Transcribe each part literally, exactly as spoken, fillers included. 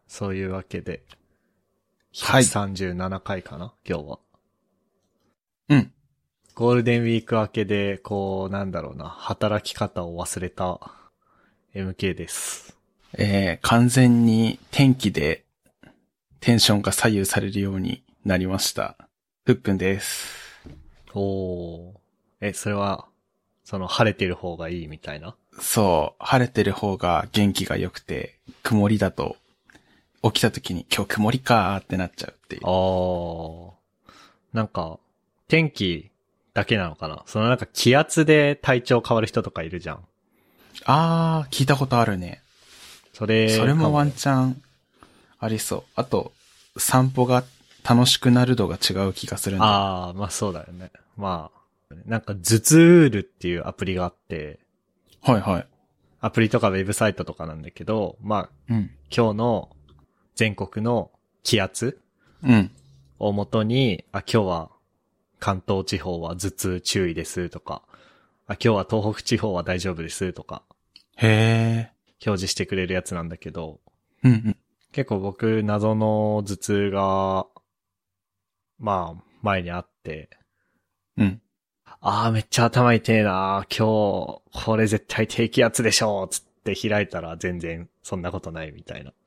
そういうわけで、 はいひゃくさんじゅうななかいかな、今日は。 うん。 ゴールデンウィーク明けで、こう、なんだろうな、働き方を忘れた エムケー です。 えー、完全に天気でテンションが左右されるようになりました。ふっくんです。 おー。え、それは、その晴れてる方がいいみたいな？ そう、晴れてる方が元気が良くて、曇りだと起きた時に今日曇りかーってなっちゃうっていう。 あー。なんか、天気だけなのかな？そのなんか気圧で体調変わる人とかいるじゃん。 あー、聞いたことあるね。 それ、 それもワンチャンありそう。あと、散歩が楽しくなる度が違う気がするんだ。 ああ、まあそうだよね。まあ、なんか頭痛ールっていうアプリがあって、 はいはい。 アプリとかウェブサイトとかなんだけど、まあ、 うん。 今日の全国の気圧うん。 をもとに、あ、今日は関東地方は頭痛注意ですとか、あ、今日は東北地方は大丈夫ですとか、 へ表示してくれるやつなんだけど、 ー。うんうん。 結構僕謎の頭痛が、まあ、前にあって、 うん。 あーめっちゃ頭痛えなー今日、これ絶対低気圧でしょつって開いたら全然そんなことないみたいな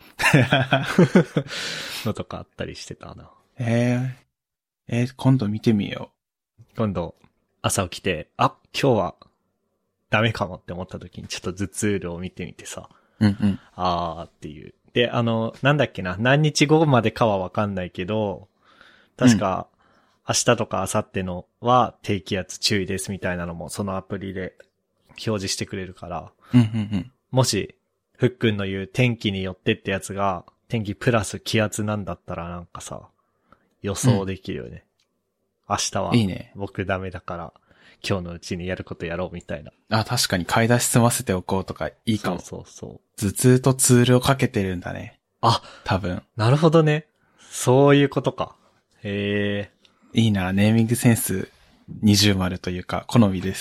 のとかあったりしてたな。 えー、えー、今度見てみよ今度、朝起きて、あ、今日はダメかもって思った時にちょっと頭痛量を見てみてさ、 う。うんうん。 あーっていう。で、あの、なんだっけな、何日後までかはわかんないけど、確か、明日とか明後日のは低気圧注意ですみたいなのもそのアプリで表示してくれるから、 うんうんうん。 もし、ふっくんの言う天気によってってやつが、天気プラス気圧なんだったらなんかさ、予想できるよね。うん、明日は、 いいね。 僕ダメだから、今日のうちにやることやろうみたいな。 あ、確かに買い出し済ませておこうとかいいかも。 そうそうそう。 頭痛とツールをかけてるんだね。 あ、 多分。 なるほどね。そういうことか。へえ。 いいな、ネーミングセンス二重丸というか、好みです。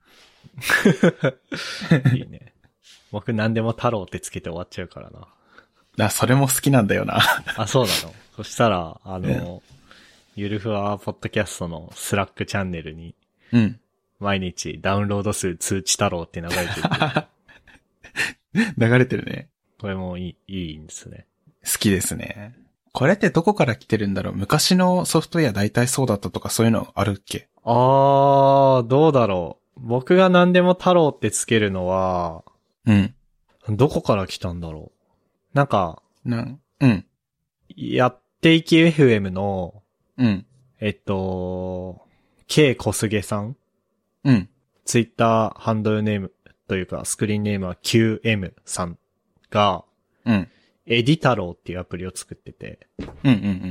いいね。僕何でも太郎ってつけて終わっちゃうからな。 あ、それも好きなんだよな。 あ、そうなの。そしたら、あの、ゆるふわポッドキャストのスラックチャンネルに、 うん。 毎日ダウンロード数通知太郎って流れてる。 流れてるね。ここれもいい、いいんですね。 好きですね。これってどこから来てるんだろう？昔のソフトウェア大体そうだったとかそういうのあるっけ？ あー、どうだろう。僕が何でも太郎ってつけるのは、 うん。 どこから来たんだろう。なんか、 なん、うん。 やっていき エフエム の、 うん。 えっと、K 小菅さん、 うん。 ツイッターハンドルネームというかスクリーンネームは キューエム さんが、 うん。 エディ太郎っていうアプリを作ってて、 うんうんうん。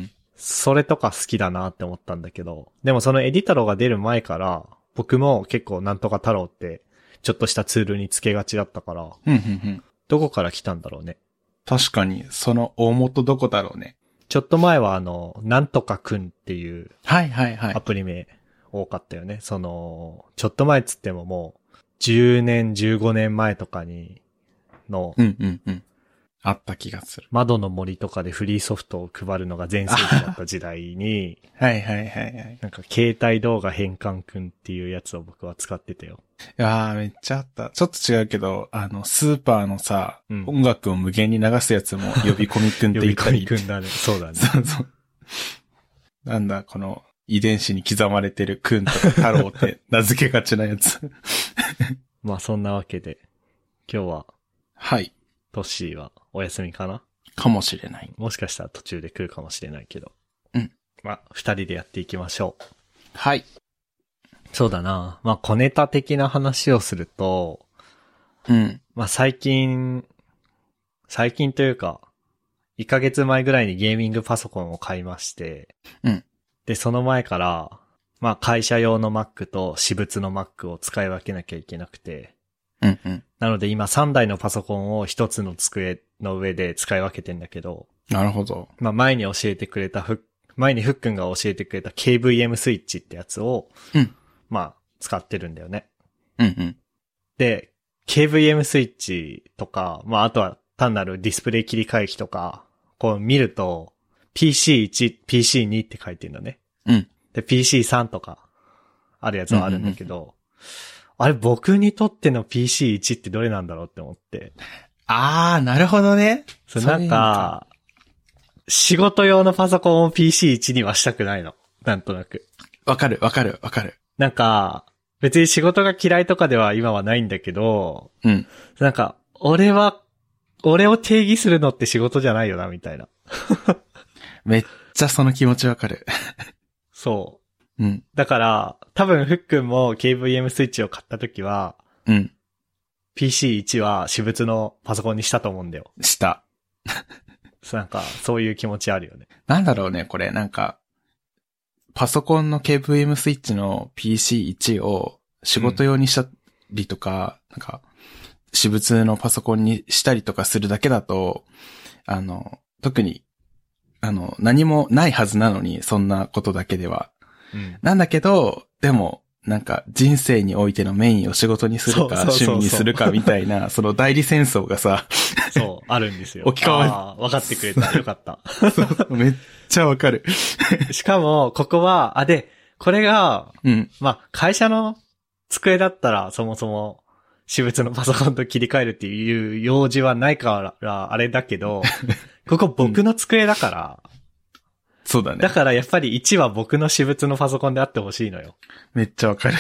それとか好きだなって思ったんだけど、でもそのエディ太郎が出る前から、僕も結構なんとか太郎ってちょっとしたツールにつけがちだったから、 うんうんうん。 どこから来たんだろうね。 確かに、その大元どこだろうね。 ちょっと前はあの、なんとかくんっていうはいはいはいア。プリ名多かったよね。その、ちょっと前っつってももう、じゅうねん、じゅうごねんまえとかに、の、 うんうんうん。あった気がする。 窓の森とかでフリーソフトを配るのが全盛期だった時代に、 はいはいはいはい。 なんか携帯動画変換くんっていうやつを僕は使ってたよ。 いやーめっちゃあった。ちょっと違うけど、あの、スーパーのさ、 うん音楽を無限に流すやつも呼び込みくんって言ったり。 呼び込みくんだね。そうだね。 そうそう。なんだ、この遺伝子に刻まれてるくんとか太郎って名付けがちなやつ。 まあそんなわけで、今日は、 はい。 トッシーはお休みかな？ かもしれない。 もしかしたら途中で来るかもしれないけど。 うん。 まあ、二人でやっていきましょう。 はい。 そうだな。まあ、小ネタ的な話をすると、 うん。 まあ最近、最近というか、いっかげつまえぐらいにゲーミングパソコンを買いまして、 うん。 で、その前から、まあ会社用の Mac と私物の Mac を使い分けなきゃいけなくて、 うんうん。 なので今さんだいのパソコンをひとつの机の上で使い分けてんだけど、 なるほど。 まあ前に教えてくれたふ、前にふっくんが教えてくれた ケーブイエム スイッチってやつを、 うん。 まあ使ってるんだよね。 うんうん。 で、ケーブイエム スイッチとか、まああとは単なるディスプレイ切り替え機とか、 こう見ると、ピーシーワン、ピーシーツー って書いてるのね。 うん。 で、ピーシースリー とか、あるやつはあるんだけど、うんうんうん、あれ僕にとっての ピーシーワン ってどれなんだろうって思って。 あー、なるほどね。 そう、なんか、仕事用のパソコンを ピーシーワン にはしたくないの。なんとなく。 わかる、わかる、わかる。 なんか、別に仕事が嫌いとかでは今はないんだけど、 うん。 なんか、俺は、俺を定義するのって仕事じゃないよな、みたいな。 めっちゃその気持ちわかる。 そう。 うん。 だから、多分、ふっくんも ケーブイエム スイッチを買った時は、 うん。 ピーシーワン は私物のパソコンにしたと思うんだよ。 した。 なんか、そういう気持ちあるよね。 なんだろうね、これ。なんか、パソコンの ケーブイエム スイッチの ピーシーワン を仕事用にしたりとか、うん、なんか、私物のパソコンにしたりとかするだけだと、あの、特に、あの、何もないはずなのに、そんなことだけでは。うん、なんだけど、でも、なんか人生においてのメインを仕事にするか趣味にするかみたいな、その代理戦争がさ、 そう、あるんですよ。 置き換わる。 ああ、分かってくれた。よかった。 そうめっちゃわかる。 しかも、ここは、あ、で、これが、 うん。 まあ、会社の机だったら、そもそも、私物のパソコンと切り替えるっていう用事はないから、あれだけど、ここ僕の机だから、うんそうだね。 だからやっぱりいちは僕の私物のパソコンであってほしいのよ。 めっちゃわかる。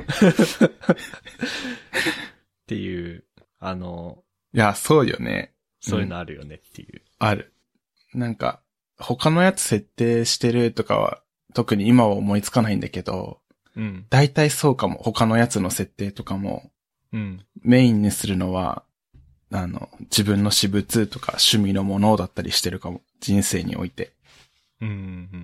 っていう、あの。 いや、そうよね。 そういうのあるよねっていう。 うん、ある。なんか、他のやつ設定してるとかは、特に今は思いつかないんだけど、 うん。 大体そうかも。他のやつの設定とかも、 うん。 メインにするのは、あの、自分の私物とか趣味のものだったりしてるかも。人生において。 うんうん。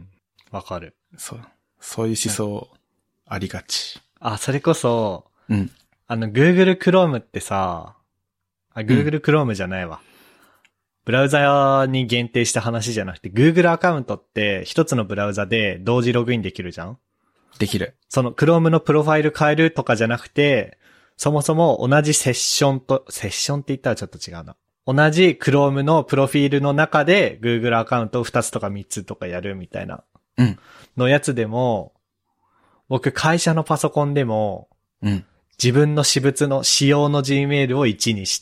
わかる。 そう。そういう思想ありがち。 あ、それこそ、 うん。 あの、Google Chrome ってさ、あ、Google Chrome じゃないわ。うん、ブラウザに限定した話じゃなくて、Google アカウントって一つのブラウザで同時ログインできるじゃん？ できる。 その Chrome のプロファイル変えるとかじゃなくて、そもそも同じセッションと、セッションって言ったらちょっと違うな。同じ Chrome のプロフィールの中で Google アカウントをふたつとかみっつとかやるみたいなのやつでも、僕会社のパソコンでも、 うん、 自分の私物の私用の Gmail をいちにして、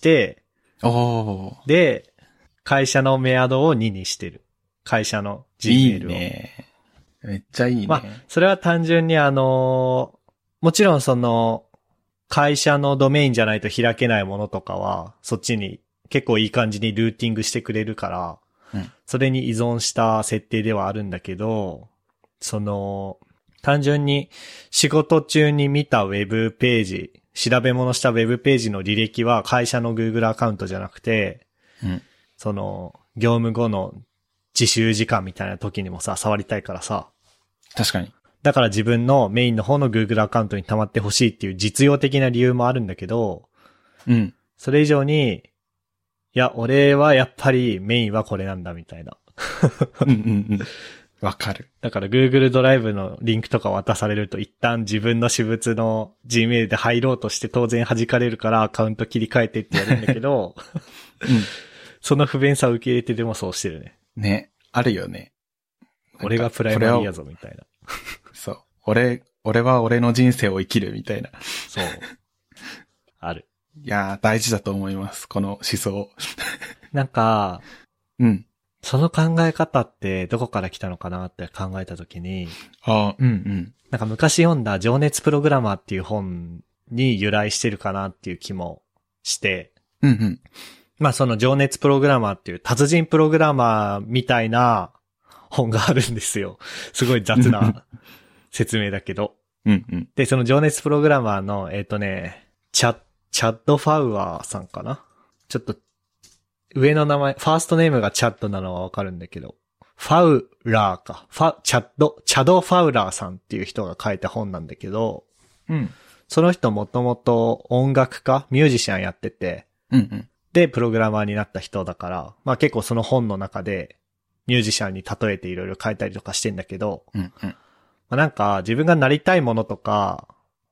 おーで、会社のメアドをににしてる。会社の Gmail を。 いいね。めっちゃいいね。 まあ、それは単純にあの、もちろんその、会社のドメインじゃないと開けないものとかは、そっちに結構いい感じにルーティングしてくれるから、 うん、 それに依存した設定ではあるんだけど、その、単純に仕事中に見たウェブページ、調べ物したウェブページの履歴は会社の Google アカウントじゃなくて、 うん、 その、業務後の自習時間みたいな時にもさ、触りたいからさ。 確かに。 だから自分のメインの方の Google アカウントに溜まってほしいっていう実用的な理由もあるんだけど、 うん。 それ以上に、いや、俺はやっぱりメインはこれなんだみたいな。 うんうんうん。わかる。 だから Google ドライブのリンクとか渡されると一旦自分の私物の Gmail で入ろうとして当然弾かれるからアカウント切り替えてってやるんだけど、 うん、 その不便さを受け入れてでもそうしてるね。 ね。あるよね。 俺がプライマリーやぞみたいな。 そう。俺、俺は俺の人生を生きるみたいな。 そう。ある。 いやー、大事だと思います。この思想。 なんか、 うん。 その考え方ってどこから来たのかなって考えたときに、 ああ、うんうん。 なんか昔読んだ情熱プログラマーっていう本に由来してるかなっていう気もして、 うんうん。 まあその情熱プログラマーっていう達人プログラマーみたいな本があるんですよ。すごい雑な説明だけど。 うんうん。 で、その情熱プログラマーの、えっとね、チャッ、チャッド・ファウアーさんかな？ちょっと、上の名前、ファーストネームがチャッドなのはわかるんだけど、ファウラーか。ファ、チャッド、チャド・ファウラーさんっていう人が書いた本なんだけど、 うん。 その人もともと音楽家、ミュージシャンやってて、 うんうん。 で、プログラマーになった人だから、まあ結構その本の中で、ミュージシャンに例えていろいろ書いたりとかしてんだけど、 うんうん。 まあ、なんか自分がなりたいものとか、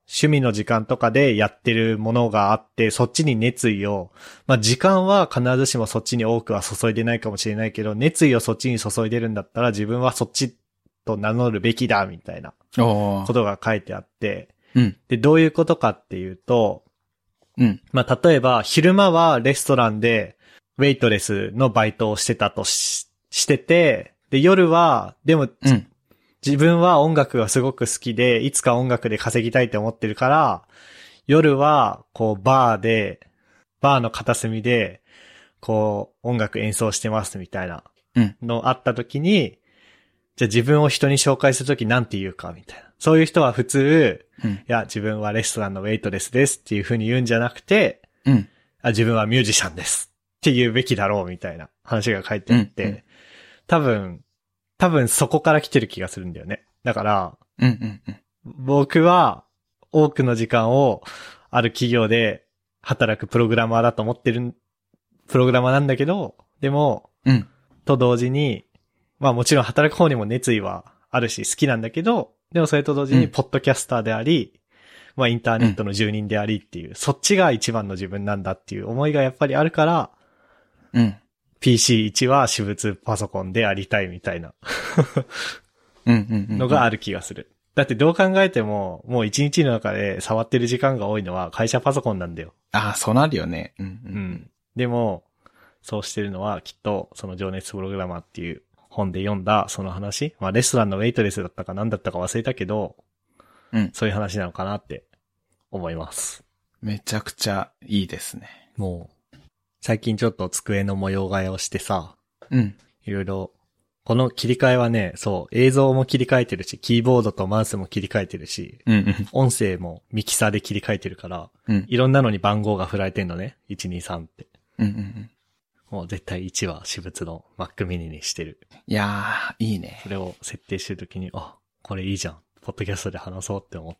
趣味の時間とかでやってるものがあって、そっちに熱意を、まあ時間は必ずしもそっちに多くは注いでないかもしれないけど、熱意をそっちに注いでるんだったら自分はそっちと名乗るべきだ、みたいなことが書いてあって、 うん。 で、どういうことかっていうと、 うん。 まあ例えば昼間はレストランでウェイトレスのバイトをしてたとし、してて、で、夜は、でも、 うん。 自分は音楽がすごく好きで、いつか音楽で稼ぎたいって思ってるから、夜は、こう、バーで、バーの片隅で、こう、音楽演奏してますみたいなのあった時に、じゃあ自分を人に紹介するときなんて言うかみたいな。そういう人は普通、 うん、 いや、自分はレストランのウェイトレスですっていう風に言うんじゃなくて、 うん、 あ、自分はミュージシャンですって言うべきだろうみたいな話が書いてあって、うんうん、多分、多分そこから来てる気がするんだよね。だから、 うんうんうん、 僕は多くの時間をある企業で働くプログラマーだと思ってる、プログラマーなんだけど、でも、 うん、 と同時に、まあもちろん働く方にも熱意はあるし好きなんだけど、でもそれと同時にポッドキャスターであり、うん、まあインターネットの住人でありっていう、うん、そっちが一番の自分なんだっていう思いがやっぱりあるから、 うん。 ピーシーワン は私物パソコンでありたいみたいなのがある気がする。だってどう考えても、もう一日の中で触ってる時間が多いのは会社パソコンなんだよ。 ああ、そうなるよね。うん、うん、 うん。でも、そうしてるのはきっとその情熱プログラマーっていう本で読んだその話、まあレストランのウェイトレスだったか何だったか忘れたけど、 うん。 そういう話なのかなって思います。 めちゃくちゃいいですね。 もう、最近ちょっと机の模様替えをしてさ、 うん。 いろいろ、この切り替えはね、そう、映像も切り替えてるし、キーボードとマウスも切り替えてるし、 うんうん、 音声もミキサーで切り替えてるから、 うん、 いろんなのに番号が振られてんのね、いちにさんって。 うんうんうん、 もう絶対いちは私物の Mac mini にしてる。 いやー、いいね。 それを設定してるときに、あ、これいいじゃん。ポッドキャストで話そうって思って。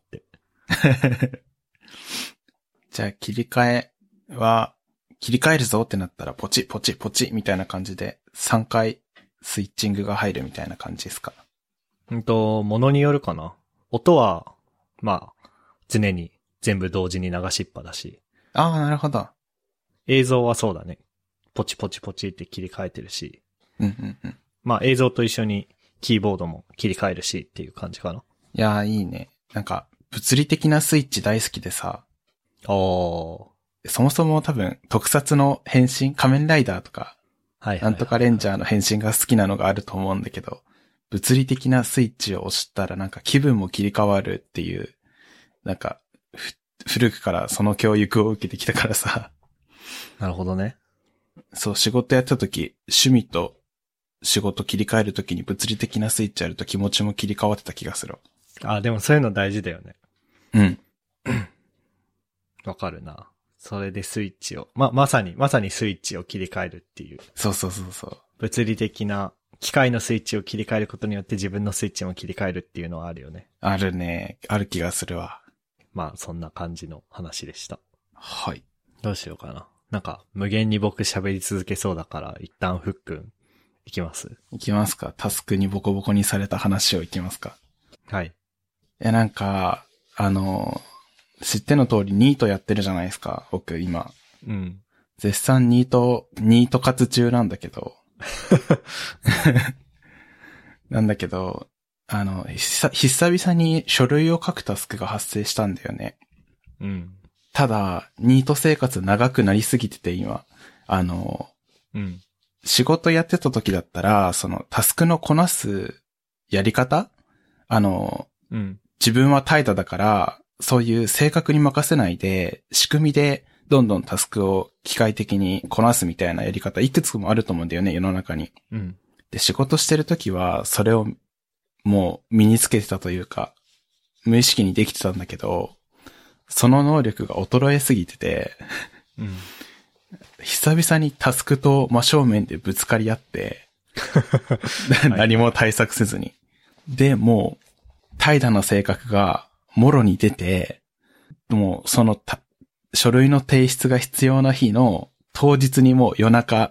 じゃあ切り替えは、切り替えるぞってなったらポチポチポチみたいな感じでさんかいスイッチングが入るみたいな感じですか？ うんと、ものによるかな。音は、まあ、常に全部同時に流しっぱだし。 ああ、なるほど。 映像はそうだね。ポチポチポチって切り替えてるし。 うんうんうん。 まあ映像と一緒にキーボードも切り替えるしっていう感じかな。 いやーいいね。なんか、物理的なスイッチ大好きでさ。 おー。 そもそも多分特撮の変身、仮面ライダーとか、 はいはいはいはい、 なんとかレンジャーの変身が好きなのがあると思うんだけど、物理的なスイッチを押したらなんか気分も切り替わるっていう、なんか、古くからその教育を受けてきたからさ。 なるほどね。 そう、仕事やった時、趣味と仕事切り替える時に物理的なスイッチあると気持ちも切り替わってた気がする。 あ、でもそういうの大事だよね。 うん。 わかるな。それでスイッチを、ま、まさに、まさにスイッチを切り替えるっていう。 そうそうそうそう。 物理的な、機械のスイッチを切り替えることによって自分のスイッチも切り替えるっていうのはあるよね。 あるね。ある気がするわ。 まあ、そんな感じの話でした。 はい。 どうしようかな。なんか、無限に僕喋り続けそうだから、一旦ふっくん、いきます？ いきますか。タスクにボコボコにされた話をいきますか。 はい。いや、なんか、あの、知っての通りニートやってるじゃないですか、僕今。 うん。 絶賛ニート、ニート活中なんだけど。なんだけど、あの、久々に書類を書くタスクが発生したんだよね。 うん。 ただ、ニート生活長くなりすぎてて今、あの、 うん。 仕事やってた時だったら、そのタスクのこなすやり方？あの、 うん。 自分は怠惰だから、そういう正確に任せないで、仕組みでどんどんタスクを機械的にこなすみたいなやり方、いくつもあると思うんだよね、世の中に。 うん。 で、仕事してる時は、それをもう身につけてたというか、無意識にできてたんだけど、その能力が衰えすぎてて、 うん、 久々にタスクと真正面でぶつかり合って、何も対策せずに。で、もう、怠惰の性格がもろに出て、もうその書類の提出が必要な日の当日にもう夜中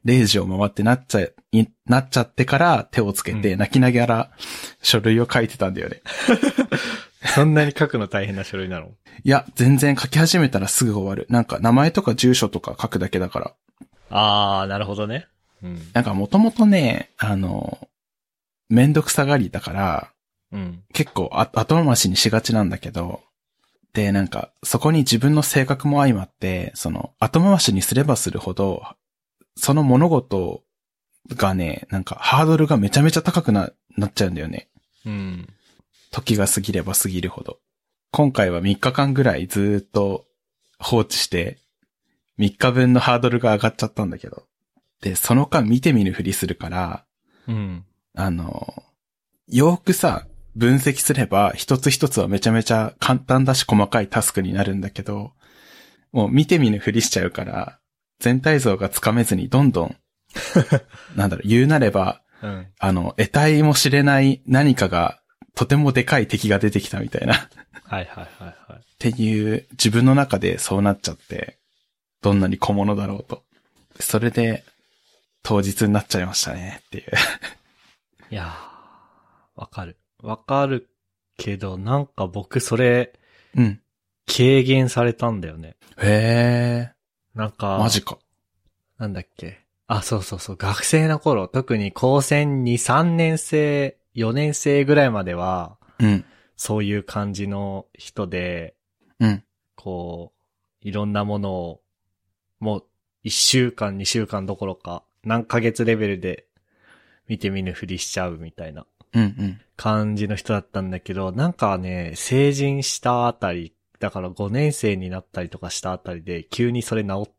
れいじを回ってなっちゃい、なっちゃってから手をつけて、 うん泣きながら書類を書いてたんだよね。 そんなに書くの大変な書類なの？ いや、全然書き始めたらすぐ終わる。なんか名前とか住所とか書くだけだから。 あー、なるほどね。うん。 なんかもともとね、あの、めんどくさがりだから、 うん。 結構あ後回しにしがちなんだけど、で、なんか、そこに自分の性格も相まって、その、後回しにすればするほど、その物事がね、なんか、ハードルがめちゃめちゃ高くな、なっちゃうんだよね。 うん。 時が過ぎれば過ぎるほど。今回はみっかかんぐらいずーっと放置して、みっかぶんのハードルが上がっちゃったんだけど。で、その間見て見ぬふりするから、 うん。 あの、よーくさ、分析すれば一つ一つはめちゃめちゃ簡単だし細かいタスクになるんだけど、もう見て見ぬふりしちゃうから、全体像がつかめずにどんどん、なんだろう、言うなれば、 うん。 あの、得体も知れない何かが、とてもでかい敵が出てきたみたいな。 はいはいはいはい。 っていう自分の中でそうなっちゃって、どんなに小物だろうと。それで当日になっちゃいましたねっていう。 いやー、わかる。わかるけど、なんか僕それ、 うん。 軽減されたんだよね。 へー。 なんか、 マジか。 なんだっけ。あ、そうそうそう。学生の頃、特に高専に、さんねん生、よねん生ぐらいまでは、 うん。 そういう感じの人で、 うん。 こう、いろんなものを、もう、いっしゅうかん、にしゅうかんどころか、何ヶ月レベルで見て見ぬふりしちゃうみたいなうんうん。 感じの人だったんだけど、なんかね、成人したあたり、だからごねん生になったりとかしたあたりで、急にそれ治って、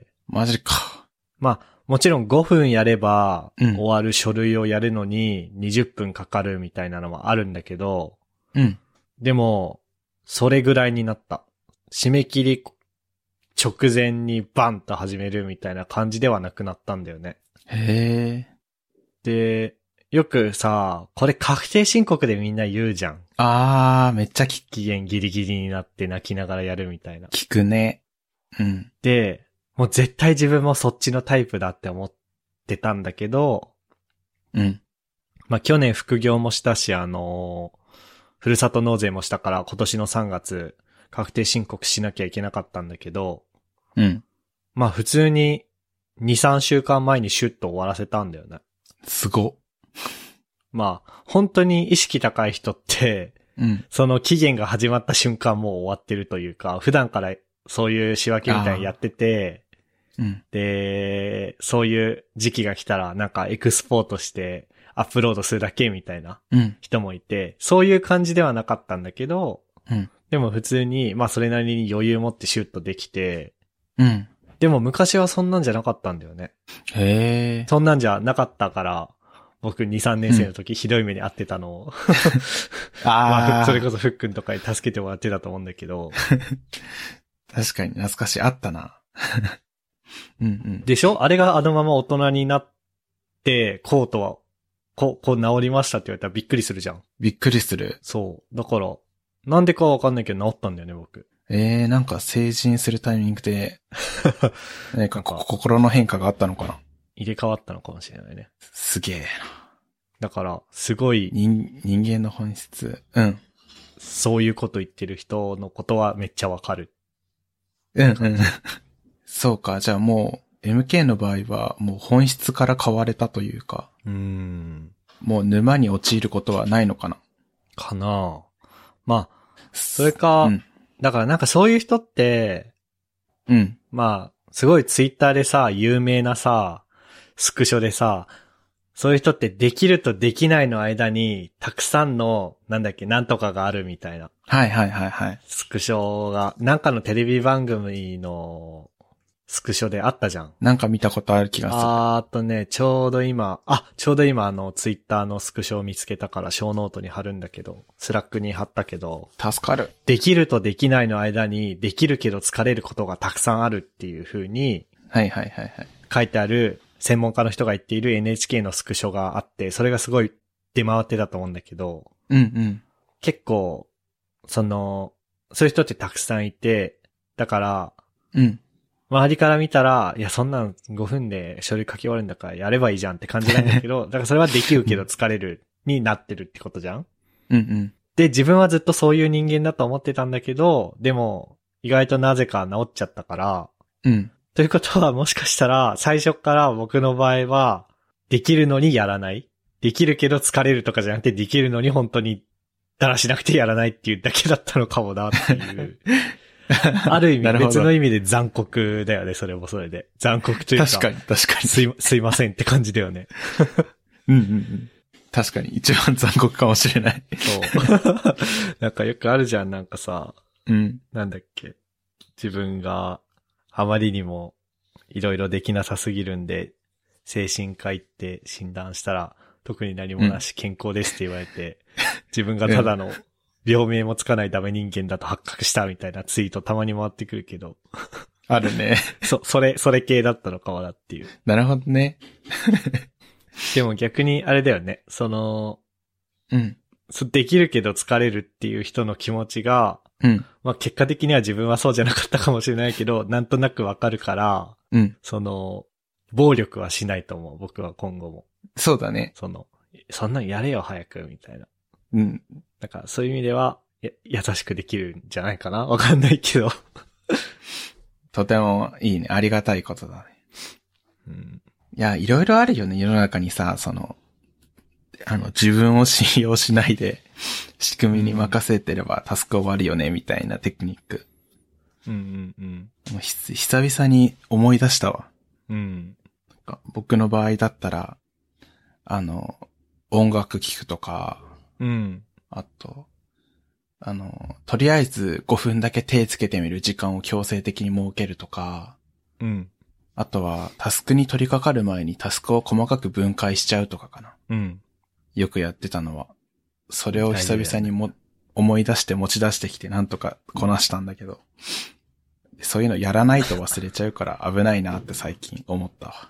マジか。 まあ、もちろんごふんやればうん終わる書類をやるのににじゅっぷんかかるみたいなのもあるんだけど、 うん。 でも、それぐらいになった。締め切り直前にバンと始めるみたいな感じではなくなったんだよね。 へー。 で、よくさ、これ確定申告でみんな言うじゃん。 あー、めっちゃ聞期限ギリギリになって泣きながらやるみたいな。 聞くね。うん。 で、もう絶対自分もそっちのタイプだって思ってたんだけど、 うん。 まあ、去年副業もしたし、あのー、ふるさと納税もしたから今年のさんがつ確定申告しなきゃいけなかったんだけど、 うん。 まあ普通にに、さんしゅうかんまえにシュッと終わらせたんだよね。 すご。 まあ本当に意識高い人って、 うん。 その期限が始まった瞬間もう終わってるというか、普段からそういう仕分けみたいにやってて、 うん。 で、そういう時期が来たらなんかエクスポートしてアップロードするだけみたいなうん。 人もいて、そういう感じではなかったんだけど、 うん。 でも普通に、まあそれなりに余裕持ってシュッとできて、 うん。 でも昔はそんなんじゃなかったんだよね。 へー。 そんなんじゃなかったから、僕に、さんねん生の時ひどい目に遭ってたのを、まあ、 あー。 それこそふっくんとかに助けてもらってたと思うんだけど。 確かに懐かしい。あったな。うんうん。 でしょ？あれがあのまま大人になって、こうとは、こう、こう治りましたって言われたらびっくりするじゃん。 びっくりする。 そう。だから、なんでかわかんないけど治ったんだよね、僕。 えー、なんか成人するタイミングで、何かなんか心の変化があったのかな。 入れ替わったのかもしれないね。 すげえな。 だから、すごい、 人、人間の本質。うん。 そういうこと言ってる人のことはめっちゃわかる。 うんうん。そうか。じゃあもう、エムケー の場合は、もう本質から変われたというか、 うーん。 もう沼に陥ることはないのかな。 かなぁ。まあ、それか、 うん。 だからなんかそういう人って、 うん。 まあ、すごいツイッターでさ、有名なさ、スクショでさ、そういう人ってできるとできないの間に、たくさんの、なんだっけ、なんとかがあるみたいな。 はいはいはいはい。 スクショが、なんかのテレビ番組のスクショであったじゃん。 なんか見たことある気がする。 あーっとね、ちょうど今、あ、ちょうど今あの、ツイッターのスクショを見つけたから、小ノートに貼るんだけど、スラックに貼ったけど、 助かる。 できるとできないの間に、できるけど疲れることがたくさんあるっていう風に、 はいはいはいはい。 書いてある、専門家の人が言っている エヌエイチケー のスクショがあって、それがすごい出回ってたと思うんだけど、 うんうん。 結構、その、そういう人ってたくさんいて、だから、 うん。 周りから見たら、いや、そんなんごふんで書類書き終わるんだからやればいいじゃんって感じなんだけど、だからそれはできるけど疲れるになってるってことじゃん。 うんうん。 で、自分はずっとそういう人間だと思ってたんだけど、でも、意外となぜか治っちゃったから、 うん。 ということはもしかしたら、最初から僕の場合は、できるのにやらない。できるけど疲れるとかじゃなくて、できるのに本当にだらしなくてやらないっていうだけだったのかもなっていう。ある意味、別の意味で残酷だよね、それもそれで。残酷というか。 確かに、確かに。 すい、すいませんって感じだよね。 うんうんうん。確かに、一番残酷かもしれない。 そう。なんかよくあるじゃん、なんかさ。 うん。 なんだっけ。自分があまりにもいろいろできなさすぎるんで、精神科行って診断したら、特に何もなし健康ですって言われて、うん、自分がただの病名もつかないダメ人間だと発覚したみたいなツイートたまに回ってくるけど。 あるね。 そ、それ、それ系だったのかもなっていう。 なるほどね。 でも逆にあれだよね。その、 うん。 できるけど疲れるっていう人の気持ちが、 うん。 まあ結果的には自分はそうじゃなかったかもしれないけど、なんとなくわかるから、 うん。 その、暴力はしないと思う。僕は今後も。 そうだね。 その、そんなんやれよ早く、みたいな。 うん。 だからそういう意味では、や、優しくできるんじゃないかなわかんないけど。 とてもいいね。ありがたいことだね。 うん。 いや、いろいろあるよね。世の中にさ、その、あの、自分を信用しないで、仕組みに任せてればタスク終わるよね、みたいなテクニック。 うんうんうん。 もうひ久々に思い出したわ。 うん。 なんか僕の場合だったら、あの、音楽聴くとか、 うん。 あと、あの、とりあえずごふんだけ手つけてみる時間を強制的に設けるとか、 うん。 あとはタスクに取り掛かる前にタスクを細かく分解しちゃうとかかな。 うん。 よくやってたのは。それを久々にも、思い出して持ち出してきてなんとかこなしたんだけど、そういうのやらないと忘れちゃうから危ないなって最近思ったわ。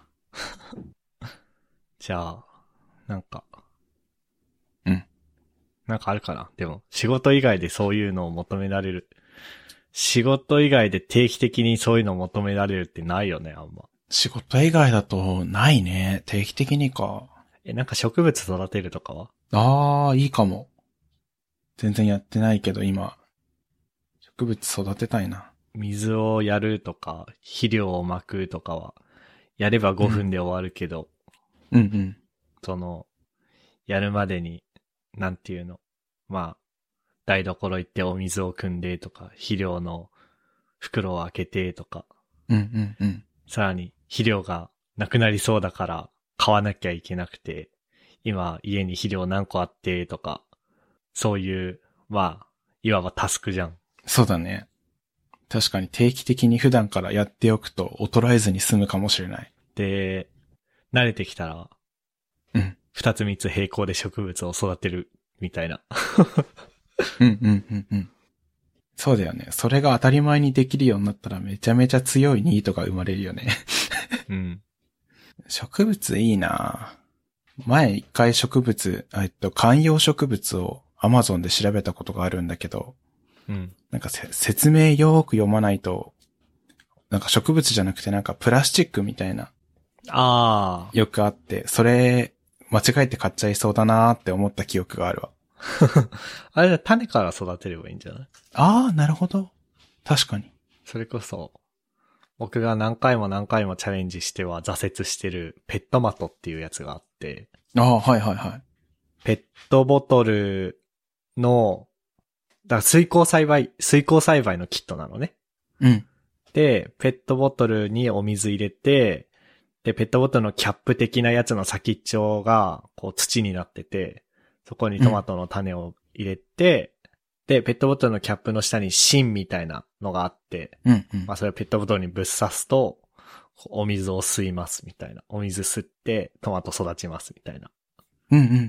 じゃあ、なんか。 うん。 なんかあるかな。でも、仕事以外でそういうのを求められる。仕事以外で定期的にそういうのを求められるってないよね、あんま。 仕事以外だとないね。定期的にか。 え、なんか植物育てるとかは？ ああ、いいかも。全然やってないけど今、植物育てたいな。 水をやるとか、肥料をまくとかは、やればごふんで終わるけど、 うん、うんうんその、やるまでに、なんていうの、まあ、台所行ってお水を汲んでとか、肥料の袋を開けてとか、 うんうんうん。 さらに肥料がなくなりそうだから買わなきゃいけなくて、今家に肥料何個あってとか、そういう、まあ、いわばタスクじゃん。 そうだね。確かに定期的に普段からやっておくと衰えずに済むかもしれない。 で、慣れてきたら、 うん。 二つ三つ並行で植物を育てるみたいな。 うんうんうんうん。そうだよね。それが当たり前にできるようになったらめちゃめちゃ強いニートが生まれるよね。 うん。 植物いいな前一回植物、えっと、観葉植物を Amazon で調べたことがあるんだけど、 うん。 なんか説明よーく読まないと、なんか植物じゃなくてなんかプラスチックみたいな。 ああ。 よくあって、それ間違えて買っちゃいそうだなーって思った記憶があるわ。 あれだ、種から育てればいいんじゃない？ ああ、なるほど。確かに。 それこそ、僕が何回も何回もチャレンジしては挫折してるペットマトっていうやつがあって。 ああ、はいはいはい。 ペットボトルの、だから水耕栽培、水耕栽培のキットなのね。 うん。 で、ペットボトルにお水入れて、で、ペットボトルのキャップ的なやつの先っちょが、こう土になってて、そこにトマトの種を入れて、うん、で、ペットボトルのキャップの下に芯みたいなのがあって、 うんうん、 まあそれをペットボトルにぶっ刺すと、お水を吸いますみたいな。お水吸ってトマト育ちますみたいな。 うんうんうんうん。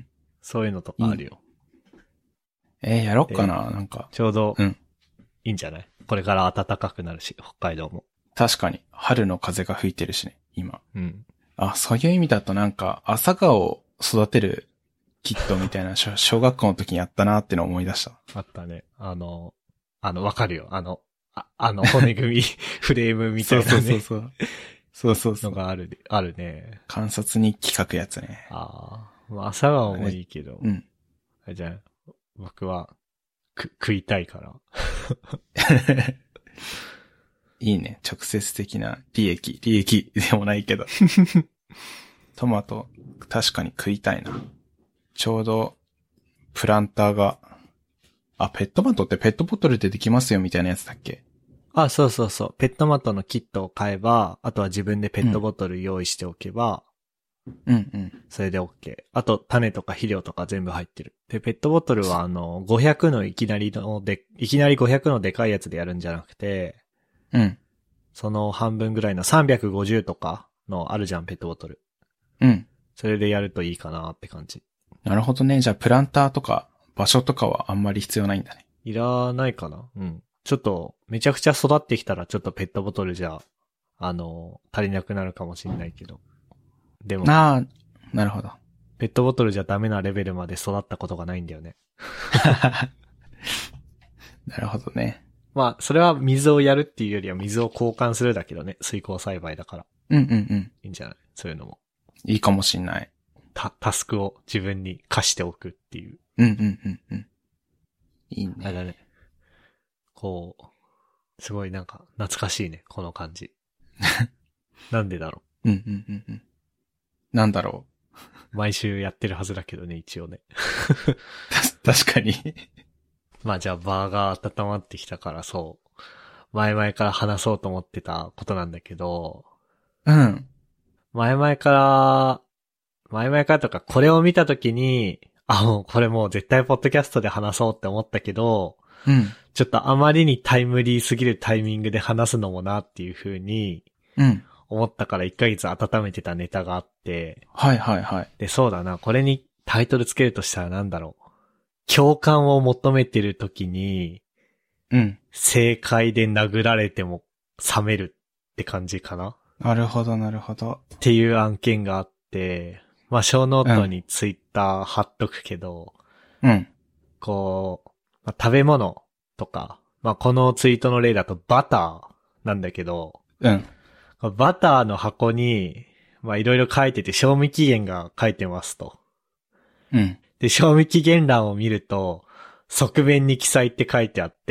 そういうのとかあるよ。 えー、やろっかな、なんか。 ちょうど、 うん。 いいんじゃない？これから暖かくなるし、北海道も。 確かに。春の風が吹いてるしね、今。 うん。 あ、そういう意味だとなんか、朝顔を育てるキットみたいな小学校の時にやったなってのを思い出した。 あったね。あの、あの、わかるよ。あの、 あ、あの骨組み、フレームみたいなね。 そうそうそう。そうそうそう。 のがある、あるね。 観察日記書くやつね。 ああ。まあ、朝顔もいいけど。 うん。 じゃあ、僕は、く、食いたいから。 いいね。直接的な利益。利益でもないけど。トマト、確かに食いたいな。ちょうど、プランターが、あ、ペットマトってペットボトルでできますよみたいなやつだっけ？ あ、そうそうそう。ペットマトのキットを買えば、あとは自分でペットボトル用意しておけば、 うんうん。 それで OK。あと、種とか肥料とか全部入ってる。で、ペットボトルはあの、ごひゃくのいきなりので、いきなりごひゃくのでかいやつでやるんじゃなくて、 うん。 その半分ぐらいのさんびゃくごじゅうとかのあるじゃん、ペットボトル。 うん。 それでやるといいかなって感じ。 なるほどね。じゃあ、プランターとか、場所とかはあんまり必要ないんだね。 いらないかな？うん。ちょっと、めちゃくちゃ育ってきたらちょっとペットボトルじゃ、あの、足りなくなるかもしれないけど。でも。 ああ、なるほど。 ペットボトルじゃダメなレベルまで育ったことがないんだよね。 なるほどね。 まあ、それは水をやるっていうよりは水を交換するだけどね。水耕栽培だから。 うんうんうん。 いいんじゃない？そういうのも。 いいかもしんない。 タ、タスクを自分に課しておくっていう。 うんうんうんうん。いいね。 あれだね。こう、すごいなんか懐かしいね。この感じ。なんでだろう。うんうんうんうん。なんだろう。毎週やってるはずだけどね、一応ね。 確かに。 まあじゃあバーが温まってきたからそう。前々から話そうと思ってたことなんだけど、 うん。 前々から、前々からとかこれを見たときに、あ、もうこれもう絶対ポッドキャストで話そうって思ったけど、 うん。 ちょっとあまりにタイムリーすぎるタイミングで話すのもなっていう風にうん。 思ったからいっかげつ温めてたネタがあって、 はいはいはい。 で、そうだな、これにタイトルつけるとしたらなんだろう。共感を求めてるときに、 うん。 正解で殴られても冷めるって感じかななるほどなるほど。 っていう案件があって、まあ、小ノートにツイッター貼っとくけど、 うん。 こう、まあ、食べ物とか、まあ、このツイートの例だとバターなんだけど、 うん。 バターの箱に、まあ、いろいろ書いてて賞味期限が書いてますと。 うん。 で、賞味期限欄を見ると、側面に記載って書いてあって、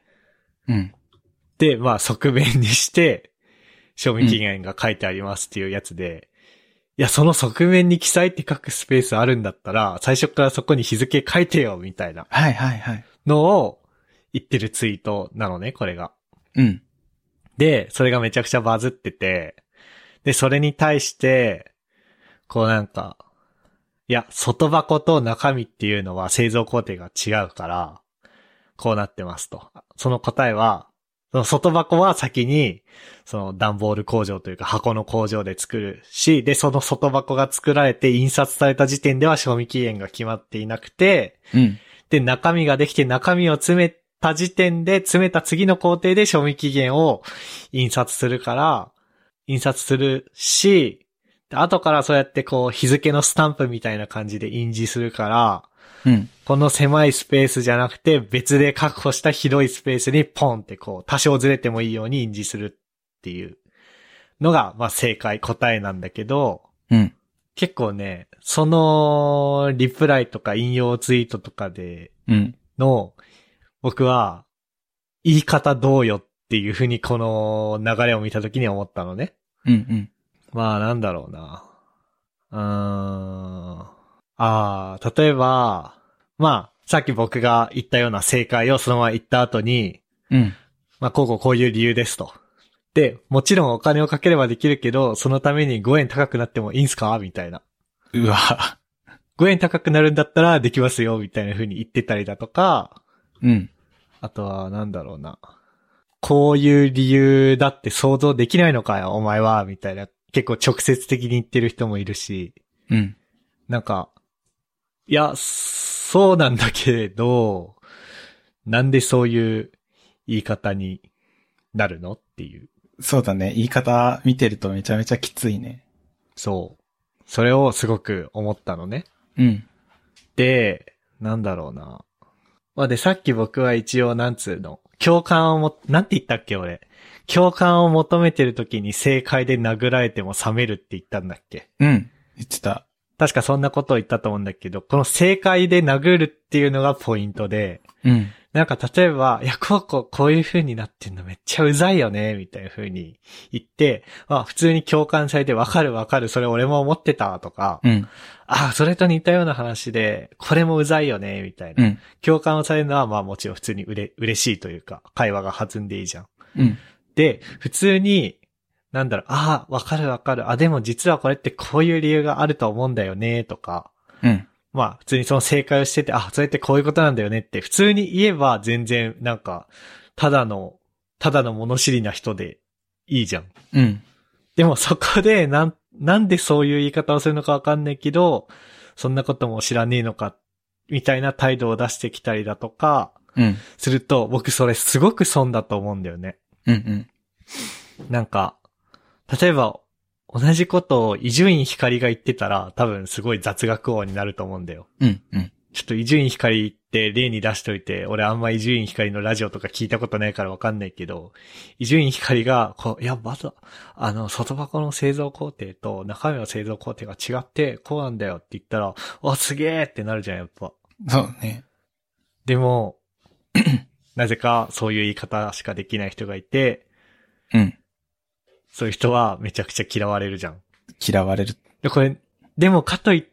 うん。 で、まあ、側面にして、賞味期限が書いてありますっていうやつで、いや、その側面に記載って書くスペースあるんだったら、最初からそこに日付書いてよ、みたいなはいはいはい。 のを言ってるツイートなのね、これが。 うん。 で、それがめちゃくちゃバズってて、で、それに対して、こうなんか、いや、外箱と中身っていうのは製造工程が違うから、こうなってますと。その答えは、その外箱は先に、その段ボール工場というか箱の工場で作るし、で、その外箱が作られて印刷された時点では賞味期限が決まっていなくて、 うん。 で、中身ができて中身を詰めた時点で、詰めた次の工程で賞味期限を印刷するから、印刷するし、後からそうやってこう日付のスタンプみたいな感じで印字するから、 うん。 この狭いスペースじゃなくて別で確保した広いスペースにポンってこう多少ずれてもいいように印字するっていうのがまあ正解答えなんだけど、 うん。 結構ね、そのリプライとか引用ツイートとかでうん。 の僕は言い方どうよっていうふうにこの流れを見たときに思ったのね。 うん。うん。 まあなんだろうな。うーん。ああ、例えば、まあ、さっき僕が言ったような正解をそのまま言った後に、 うん。 まあ、こうこうこういう理由ですと。で、もちろんお金をかければできるけど、そのためにごえん高くなってもいいんすかみたいな。 うわ。 ごえん高くなるんだったらできますよ、みたいな風に言ってたりだとか、 うん。 あとは、なんだろうな。こういう理由だって想像できないのかよ、お前は、みたいな。結構直接的に言ってる人もいるし、 うん。 なんか、いや、そうなんだけれど、なんでそういう言い方になるのっていう。 そうだね。言い方見てるとめちゃめちゃきついね。 そう。それをすごく思ったのね。 うん。 で、なんだろうな。まあ、で、さっき僕は一応なんつうの、 共感をも、なんて言ったっけ俺。共感を求めてる時に正解で殴られても冷めるって言ったんだっけ？ うん。言ってた。 確かそんなことを言ったと思うんだけど、この正解で殴るっていうのがポイントで、 うん。 なんか例えば、いや、こうこう、こういう風になってんのめっちゃうざいよね、みたいな風に言って、まあ普通に共感されてわかるわかる、それ俺も思ってたとか、 うん。 ああ、それと似たような話で、これもうざいよね、みたいな。 うん。 共感をされるのはまあもちろん普通にうれ、嬉しいというか、会話が弾んでいいじゃん。 うん。 で、普通に、なんだろう、ああ、わかるわかる。あ、でも実はこれってこういう理由があると思うんだよね、とか。 うん。 まあ、普通にその正解をしてて、あ、それってこういうことなんだよねって、普通に言えば全然、なんか、ただの、ただの物知りな人でいいじゃん。 うん。 でもそこで、なん、なんでそういう言い方をするのかわかんないけど、そんなことも知らねえのか、みたいな態度を出してきたりだとか、 うん。 すると、僕それすごく損だと思うんだよね。 うん。うん。 なんか、例えば、同じことを伊集院光が言ってたら、多分すごい雑学王になると思うんだよ。 うん。うん。 ちょっと伊集院光って例に出しといて、俺あんま伊集院光のラジオとか聞いたことないからわかんないけど、伊集院光が、こう、いや、まだ、あの、外箱の製造工程と中身の製造工程が違って、こうなんだよって言ったら、お、すげーってなるじゃん、やっぱ。 そうね。 でも、なぜかそういう言い方しかできない人がいて、 うん。 そういう人はめちゃくちゃ嫌われるじゃん。 嫌われる。 で、これ、でもかといって、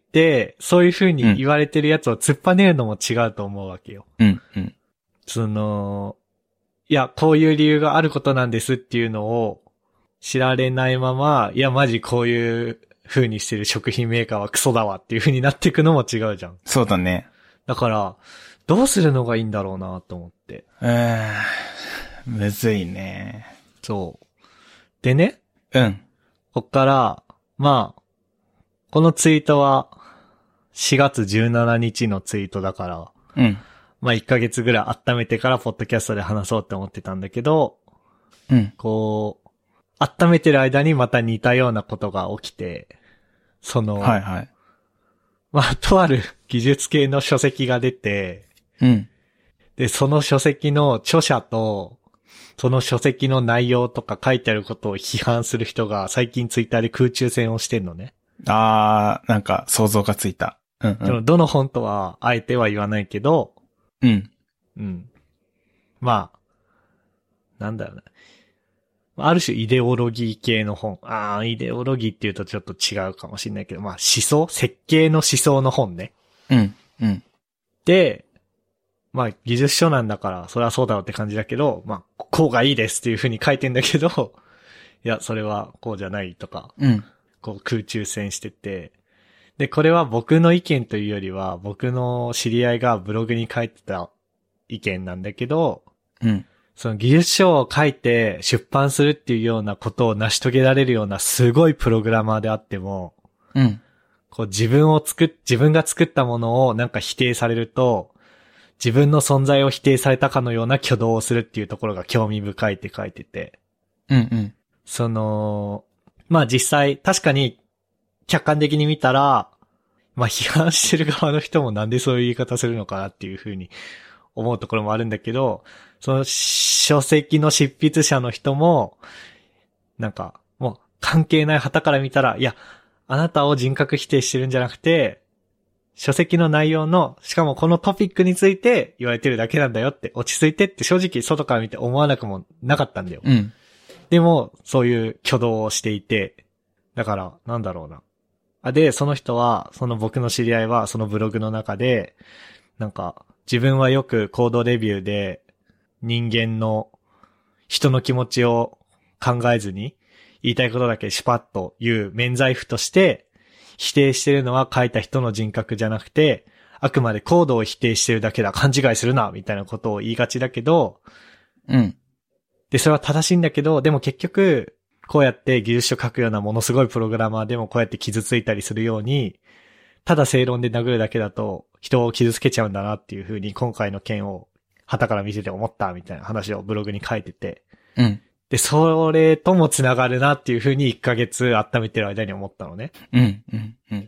そういう風に言われてるやつを突っぱねるのも違うと思うわけよ。 うん、うん。 その、いや、こういう理由があることなんですっていうのを知られないまま、いや、マジこういう風にしてる食品メーカーはクソだわっていう風になっていくのも違うじゃん。 そうだね。 だから、どうするのがいいんだろうなと思って。 うーん。むずいね。 そう。でね、 うん。 こっから、まあ、このツイートはしがつじゅうしちにちのツイートだから、 うん。 まあいっかげつぐらい温めてからポッドキャストで話そうって思ってたんだけど、 うん。 こう、温めてる間にまた似たようなことが起きて、その、 はいはい。 まあとある技術系の書籍が出て、 うん。 で、その書籍の著者と、その書籍の内容とか書いてあることを批判する人が最近ツイッターで空中戦をしてんのね。 あー、なんか想像がついた。うん、うん。 どの本とはあえては言わないけど、 うん。 うん。まあ、なんだろうな。ある種イデオロギー系の本。ああ、イデオロギーって言うとちょっと違うかもしれないけど、まあ思想設計の思想の本ね。 うん。うん。 で、まあ技術書なんだから、それはそうだろうって感じだけど、まあ、こうがいいですっていう風に書いてんだけど、いや、それはこうじゃないとか、 うん。 こう空中戦してて、で、これは僕の意見というよりは、僕の知り合いがブログに書いてた意見なんだけど、 うん。 その技術書を書いて出版するっていうようなことを成し遂げられるようなすごいプログラマーであっても、 うん。 こう自分を作っ、自分が作ったものをなんか否定されると、自分の存在を否定されたかのような挙動をするっていうところが興味深いって書いてて。 うん。うん。 その、まあ実際、確かに客観的に見たら、まあ批判してる側の人もなんでそういう言い方するのかなっていうふうに思うところもあるんだけど、その書籍の執筆者の人も、なんかもう関係ない旗から見たら、いや、あなたを人格否定してるんじゃなくて、書籍の内容の、しかもこのトピックについて言われてるだけなんだよって、落ち着いてって正直外から見て思わなくもなかったんだよ。 うん。 でも、そういう挙動をしていて、だから、なんだろうな。あ、で、その人は、その僕の知り合いは、そのブログの中で、なんか、自分はよくコードレビューで、人間の、人の気持ちを考えずに、言いたいことだけシュパッと言う免罪符として、否定してるのは書いた人の人格じゃなくて、あくまでコードを否定してるだけだ、勘違いするな、みたいなことを言いがちだけど、 うん。 で、それは正しいんだけど、でも結局、こうやって技術書書くようなものすごいプログラマーでもこうやって傷ついたりするように、ただ正論で殴るだけだと人を傷つけちゃうんだなっていう風に今回の件を旗から見てて思ったみたいな話をブログに書いてて。 うん。 で、それとも繋がるなっていう風にいっかげつ温めてる間に思ったのね。 うん。うん。うん。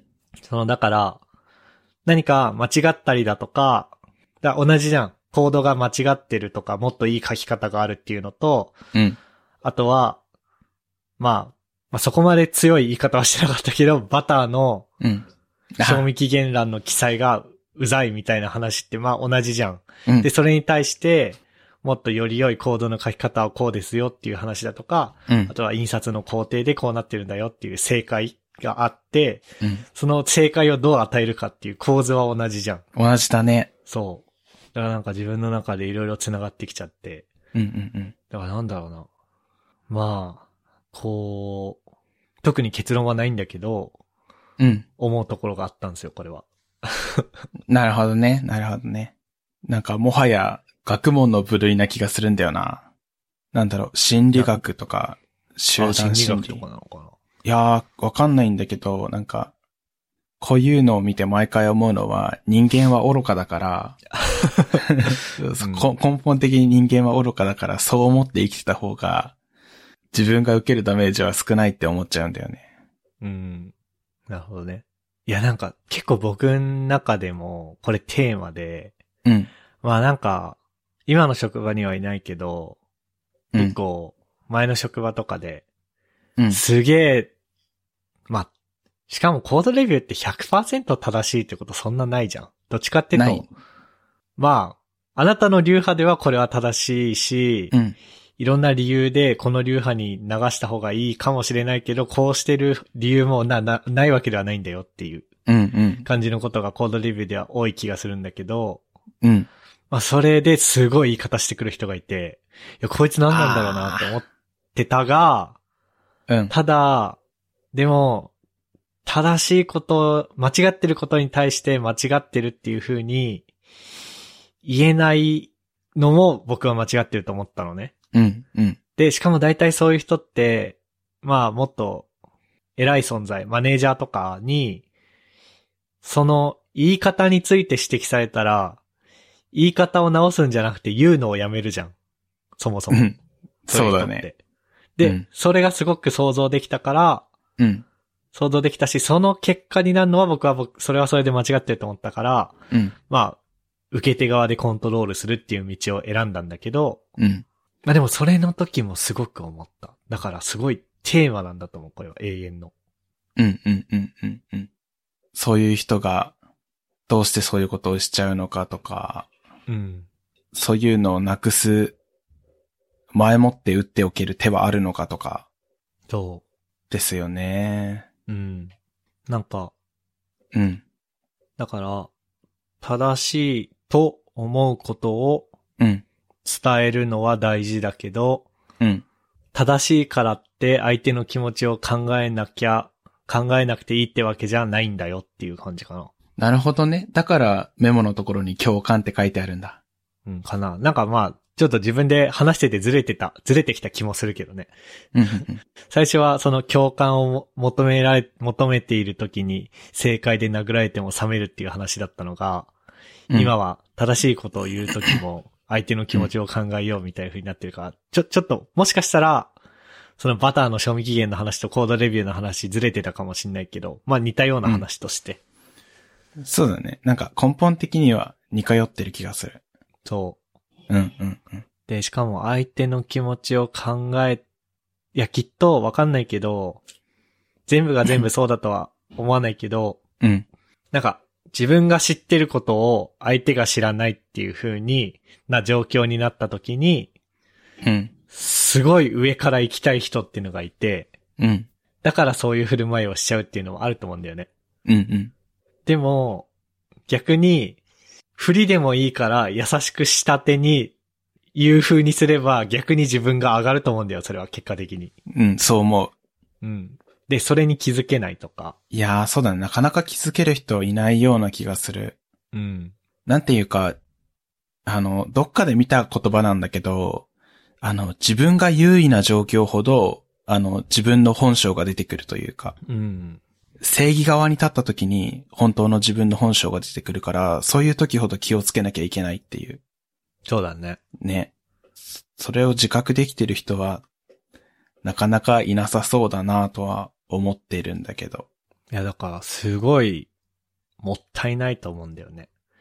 その、だから、何か間違ったりだとか、だ同じじゃん。 コードが間違ってるとか、もっといい書き方があるっていうのと、 うん。 あとは、まあ、まあ、そこまで強い言い方はしてなかったけど、バターの、 うん。 賞味期限欄の記載がうざいみたいな話ってまあ同じじゃん。 うん、 で、それに対して、もっとより良いコードの書き方はこうですよっていう話だとか、 うん、 あとは印刷の工程でこうなってるんだよっていう正解があって、 うん、 その正解をどう与えるかっていう構図は同じじゃん。 同じだね。 そう。だからなんか自分の中でいろいろ繋がってきちゃって。 うんうんうん。 だからなんだろうな。まあ、こう、特に結論はないんだけど、 うん。 思うところがあったんですよ、これは。 なるほどね。なるほどね。なんかもはや学問の部類な気がするんだよな。なんだろう、心理学とか、集団心理。 心理学とかなのかな。 いやー、わかんないんだけど、なんか、こういうのを見て毎回思うのは、人間は愚かだから、うん、根本的に人間は愚かだから、そう思って生きてた方が、自分が受けるダメージは少ないって思っちゃうんだよね。 うん。なるほどね。いや、なんか、結構僕の中でも、これテーマで、 うん。 まあなんか、今の職場にはいないけど、 うん、 結構、前の職場とかで、 うん、 すげえ、まあ、しかもコードレビューって ひゃくパーセント 正しいってことそんなないじゃん。どっちかっていうと、まあ、あなたの流派ではこれは正しいし、 うん、 いろんな理由でこの流派に流した方がいいかもしれないけど、こうしてる理由もな、な、ないわけではないんだよっていう感じのことがコードレビューでは多い気がするんだけど、 うん。 まあそれですごい言い方してくる人がいて、いやこいつ何なんだろうなって思ってたが、 うん、 ただ、でも、正しいこと、間違ってることに対して間違ってるっていう風に言えないのも僕は間違ってると思ったのね。 うん、うん。 で、しかも大体そういう人って、まあもっと偉い存在、マネージャーとかに、その言い方について指摘されたら、言い方を直すんじゃなくて言うのをやめるじゃん。そもそも。 うん、そうだね。 で、 うん、 それがすごく想像できたから、 うん。 想像できたし、その結果になるのは僕は僕、それはそれで間違ってると思ったから、 うん。 まあ、受け手側でコントロールするっていう道を選んだんだけど、 うん。 まあでもそれの時もすごく思った。だからすごいテーマなんだと思う、これは永遠の。 うんうんうんうんうん。そういう人がどうしてそういうことをしちゃうのかとか、 うん。 そういうのをなくす、前もって打っておける手はあるのかとか。 そう。ですよね。 うん。なんか、 うん。 だから、正しいと思うことをうん。 伝えるのは大事だけど、 うん。 正しいからって相手の気持ちを考えなきゃ、考えなくていいってわけじゃないんだよっていう感じかな。 なるほどね。だからメモのところに共感って書いてあるんだ。 うん、かな。なんかまあ、ちょっと自分で話しててずれてた、ずれてきた気もするけどね。 うんうんうん、 最初はその共感を求められ、求めている時に正解で殴られても冷めるっていう話だったのが、うん、今は正しいことを言う時も相手の気持ちを考えようみたいな風になってるから、ちょ、ちょっと、もしかしたら、そのバターの賞味期限の話とコードレビューの話ずれてたかもしれないけど、まあ似たような話として。 うん、そうだね。なんか根本的には似通ってる気がする。 そう。 うんうんうん。 で、しかも相手の気持ちを考え、いやきっとわかんないけど、全部が全部そうだとは思わないけど、 うん。 なんか自分が知ってることを相手が知らないっていう風にな状況になった時に、 うん。 すごい上から行きたい人っていうのがいて、 うん。 だからそういう振る舞いをしちゃうっていうのもあると思うんだよね。 うんうん。 でも、逆に、振りでもいいから優しくした手に言う風にすれば逆に自分が上がると思うんだよ、それは結果的に。 うん、そう思う。 うん。で、それに気づけないとか。 いやー、そうだね。なかなか気づける人いないような気がする。 うん。 なんていうか、あの、どっかで見た言葉なんだけど、あの、自分が優位な状況ほど、あの、自分の本性が出てくるというか。 うん。 正義側に立った時に本当の自分の本性が出てくるから、そういう時ほど気をつけなきゃいけないっていう。 そうだね。 ね。それを自覚できてる人は、なかなかいなさそうだなとは思ってるんだけど。 いや、だから、すごい、もったいないと思うんだよね。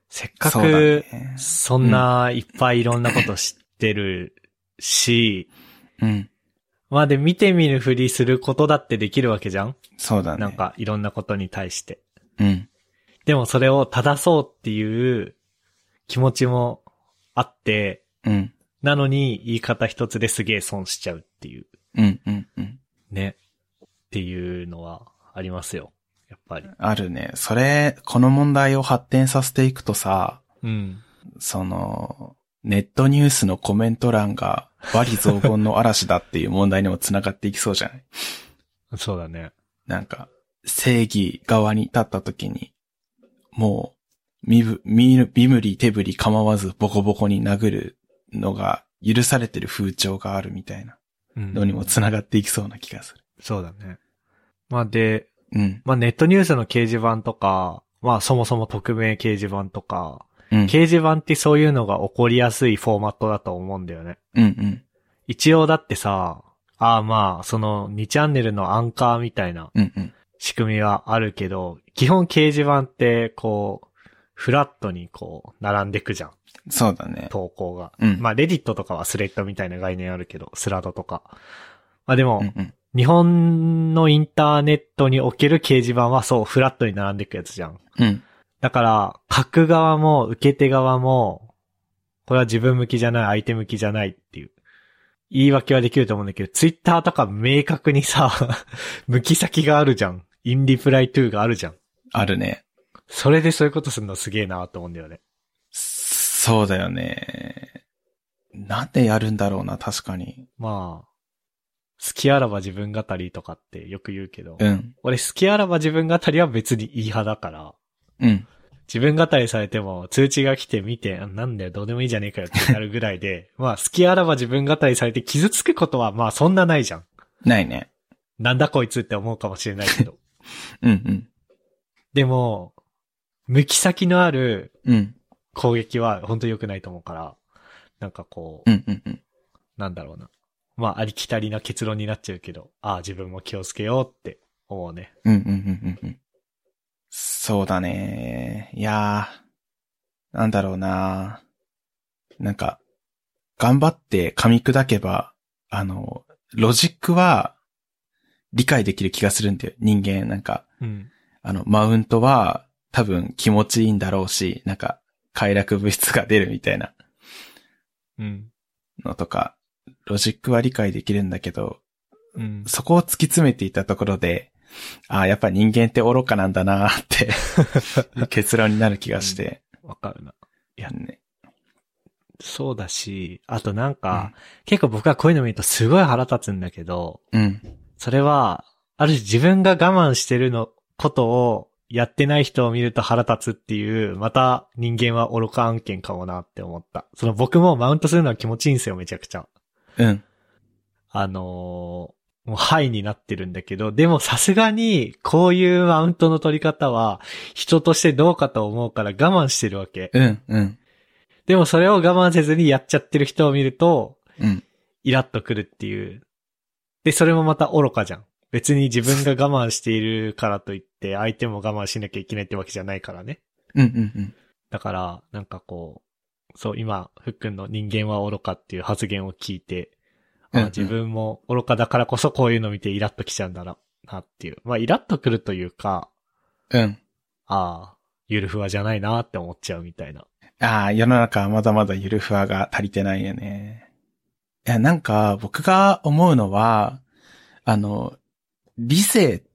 せっかそうだく、 ねそんないっぱいいろんなこと知ってるし、 うん。 まあで見てみるふりすることだってできるわけじゃん？ そうだね。 なんかいろんなことに対して。 うん。 でもそれを正そうっていう気持ちもあって、 うん。 なのに言い方一つですげえ損しちゃうっていう。 うんうんうん。 ね。っていうのはありますよ。やっぱり。 あるね。それ、この問題を発展させていくとさ、 うん。 その、ネットニュースのコメント欄が罵詈雑言の嵐だっていう問題にもつながっていきそうじゃない？ そうだね。 なんか、正義側に立った時に、もう、身ぶ、身、身振り手振り構わずボコボコに殴るのが許されてる風潮があるみたいなのにもつながっていきそうな気がする。 そうだね。まあで、 うん。 まあネットニュースの掲示板とか、まあそもそも匿名掲示板とか、 うん。 掲示板ってそういうのが起こりやすいフォーマットだと思うんだよね。 うんうん。 一応だってさ、ああまあ、そのにチャンネルのアンカーみたいなうんうん。 仕組みはあるけど、基本掲示板ってこう、フラットにこう、並んでくじゃん。 そうだね。 投稿が。 うん。 まあレディットとかはスレッドみたいな概念あるけど、スラドとか。まあでも、 うんうん。 日本のインターネットにおける掲示板はそう、フラットに並んでいくやつじゃん。 うん。 だから、書く側も受け手側も、これは自分向きじゃない、相手向きじゃないっていう、言い訳はできると思うんだけど、ツイッターとか明確にさ、向き先があるじゃん。インリプライトゥーがあるじゃん。 あるね。 それでそういうことするのすげえなと思うんだよね。 そうだよね。なんでやるんだろうな、確かに。 まあ、好きあらば自分語りとかってよく言うけど、 うん。 俺好きあらば自分語りは別にいい派だから、 うん。 自分語りされても通知が来て見て、なんだよどうでもいいじゃねえかよってなるぐらいで、まあ好きあらば自分語りされて傷つくことはまあそんなないじゃん。 ないね。 なんだこいつって思うかもしれないけど。 うんうん。 でも、向き先のあるうん。 攻撃は本当に良くないと思うから、なんかこう、 うんうんうん。 なんだろうな。まあありきたりな結論になっちゃうけど、ああ自分も気をつけようって思うね。 うんうんうんうんうん。そうだね。いやー、なんだろうな。なんか、頑張って噛み砕けば、あの、ロジックは理解できる気がするんだよ。人間、なんか、 うん。 あの、マウントは多分気持ちいいんだろうし、なんか、快楽物質が出るみたいなうん。 のとか、ロジックは理解できるんだけど、 うん。 そこを突き詰めていたところで、ああ、やっぱ人間って愚かなんだなーって結論になる気がして。 わ、うん、かるな。いや、 ね。 そうだし、あとなんか、 うん、 結構僕はこういうの見るとすごい腹立つんだけど、 うん。 それは、ある種自分が我慢してるの、ことをやってない人を見ると腹立つっていう、また人間は愚か案件かもなって思った。その僕もマウントするのは気持ちいいんですよ、めちゃくちゃ。 うん。 あのー、もうハイになってるんだけど、でもさすがにこういうマウントの取り方は人としてどうかと思うから我慢してるわけ。 うん、うん。 でもそれを我慢せずにやっちゃってる人を見ると、 うん。 イラッとくるっていう。で、それもまた愚かじゃん。別に自分が我慢しているからといって相手も我慢しなきゃいけないってわけじゃないからね。 うん、うん、うん。 だから、なんかこう、そう今、ふっくんの人間は愚かっていう発言を聞いて、あ、自分も愚かだからこそこういうの見てイラッときちゃうんだな、なっていう。まあ、イラッとくるというか、 うん。 ああ、ゆるふわじゃないなって思っちゃうみたいな。 ああ、世の中はまだまだゆるふわが足りてないよね。いや、なんか僕が思うのは、あの、理性って、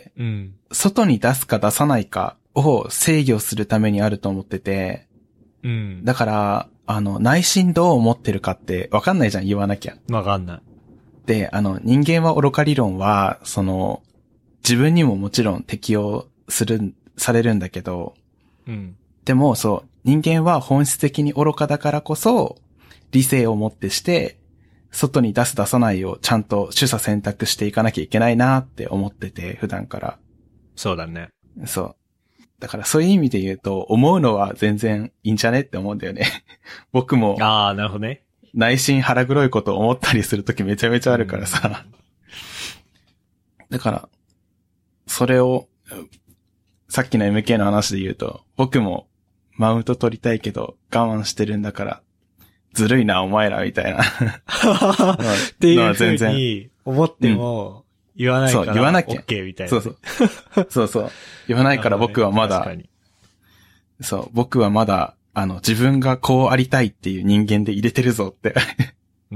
うん。 外に出すか出さないかを制御するためにあると思ってて、 うん。 だから、あの、内心どう思ってるかってわかんないじゃん、言わなきゃ。 わかんない。 で、あの、人間は愚か理論は、その、自分にももちろん適用する、されるんだけど、 うん。 でも、そう、人間は本質的に愚かだからこそ、理性をもってして、外に出す出さないをちゃんと取捨選択していかなきゃいけないなって思ってて、普段から。 そうだね。 そう。だからそういう意味で言うと、思うのは全然いいんじゃねって思うんだよね。僕も。 ああ、なるほどね。 内心腹黒いこと思ったりするときめちゃめちゃあるからさ。だから、それを、さっきの エムケー の話で言うと、僕もマウント取りたいけど我慢してるんだから、ずるいな、お前ら、みたいな。 っていうふうに思っても、言わないから、 そう、言わなきゃ。 OK みたいな。 そうそう。そうそう。言わないから僕はまだ、ね、そう、僕はまだ、あの、自分がこうありたいっていう人間で入れてるぞって。 うん。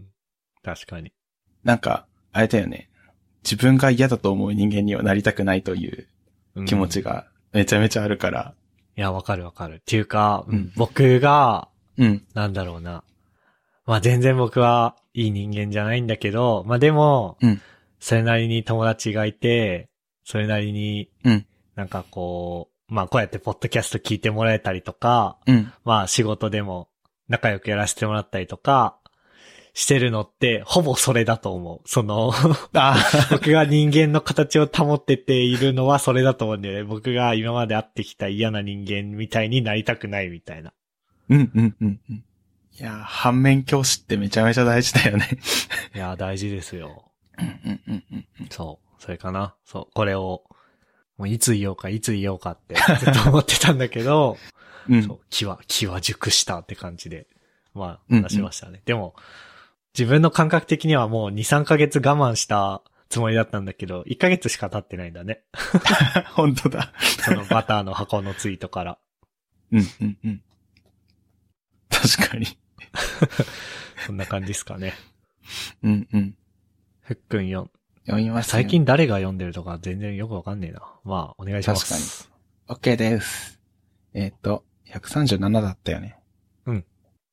確かに。 なんか、あれだよね。自分が嫌だと思う人間にはなりたくないという気持ちがめちゃめちゃあるから。 いや、わかるわかる。っていうか、うん、僕が、 うん。 なんだろうな。まあ全然僕はいい人間じゃないんだけど、まあでも、 うん、 それなりに友達がいて、それなりに、なんかこう、まあこうやってポッドキャスト聞いてもらえたりとか、 うん、 まあ仕事でも仲良くやらせてもらったりとか、してるのって、ほぼそれだと思う。その僕が人間の形を保ってているのはそれだと思うんだよね。僕が今まで会ってきた嫌な人間みたいになりたくないみたいな。 うんうんうんうん。いや、反面教師ってめちゃめちゃ大事だよね。 いや、大事ですよ。 うんうんうんうん。 そう。それかな。そう。これを、もういつ言おうか、いつ言おうかってずっと思ってたんだけど、うん、そう。気は、気は熟したって感じで、まあ、話しましたね。うんうん、でも、自分の感覚的にはもうに、さんかげつ我慢したつもりだったんだけど、いっかげつしか経ってないんだね。 本当だ。 そのバターの箱のツイートから。 うんうんうん。確かに。 そんな感じですかね。 うんうん。 ふっくんよん。 読みました。 最近誰が読んでるとか全然よくわかんねえな。まあ、お願いします。 確かに。OK です。えっと、ひゃくさんじゅうななだったよね。 うん。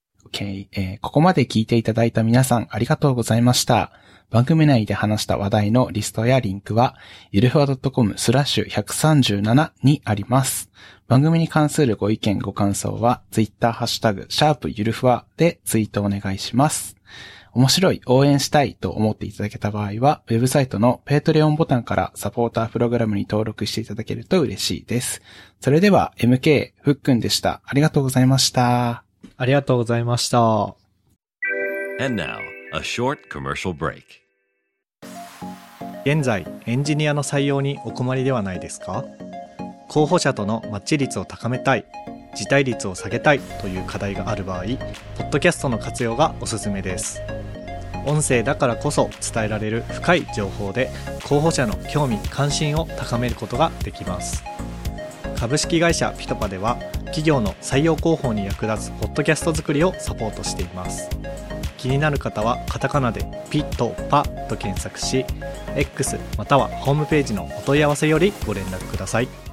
OK、えー。ここまで聞いていただいた皆さんありがとうございました。番組内で話した話題のリストやリンクは、ゆるふわ .com スラッシュひゃくさんじゅうななにあります。番組に関するご意見ご感想は、ツイッターハッシュタグ、シャープゆるふわでツイートお願いします。面白い、応援したいと思っていただけた場合は、ウェブサイトのペイトレオンボタンからサポータープログラムに登録していただけると嬉しいです。それでは、エムケー ふっくんでした。ありがとうございました。 ありがとうございました。 And now, a short commercial break. 現在、エンジニアの採用にお困りではないですか？候補者とのマッチ率を高めたい、辞退率を下げたいという課題がある場合、ポッドキャストの活用がおすすめです。音声だからこそ伝えられる深い情報で、候補者の興味・関心を高めることができます。株式会社ピトパでは、企業の採用広報に役立つポッドキャスト作りをサポートしています。気になる方はカタカナでピトパと検索し、X またはホームページのお問い合わせよりご連絡ください。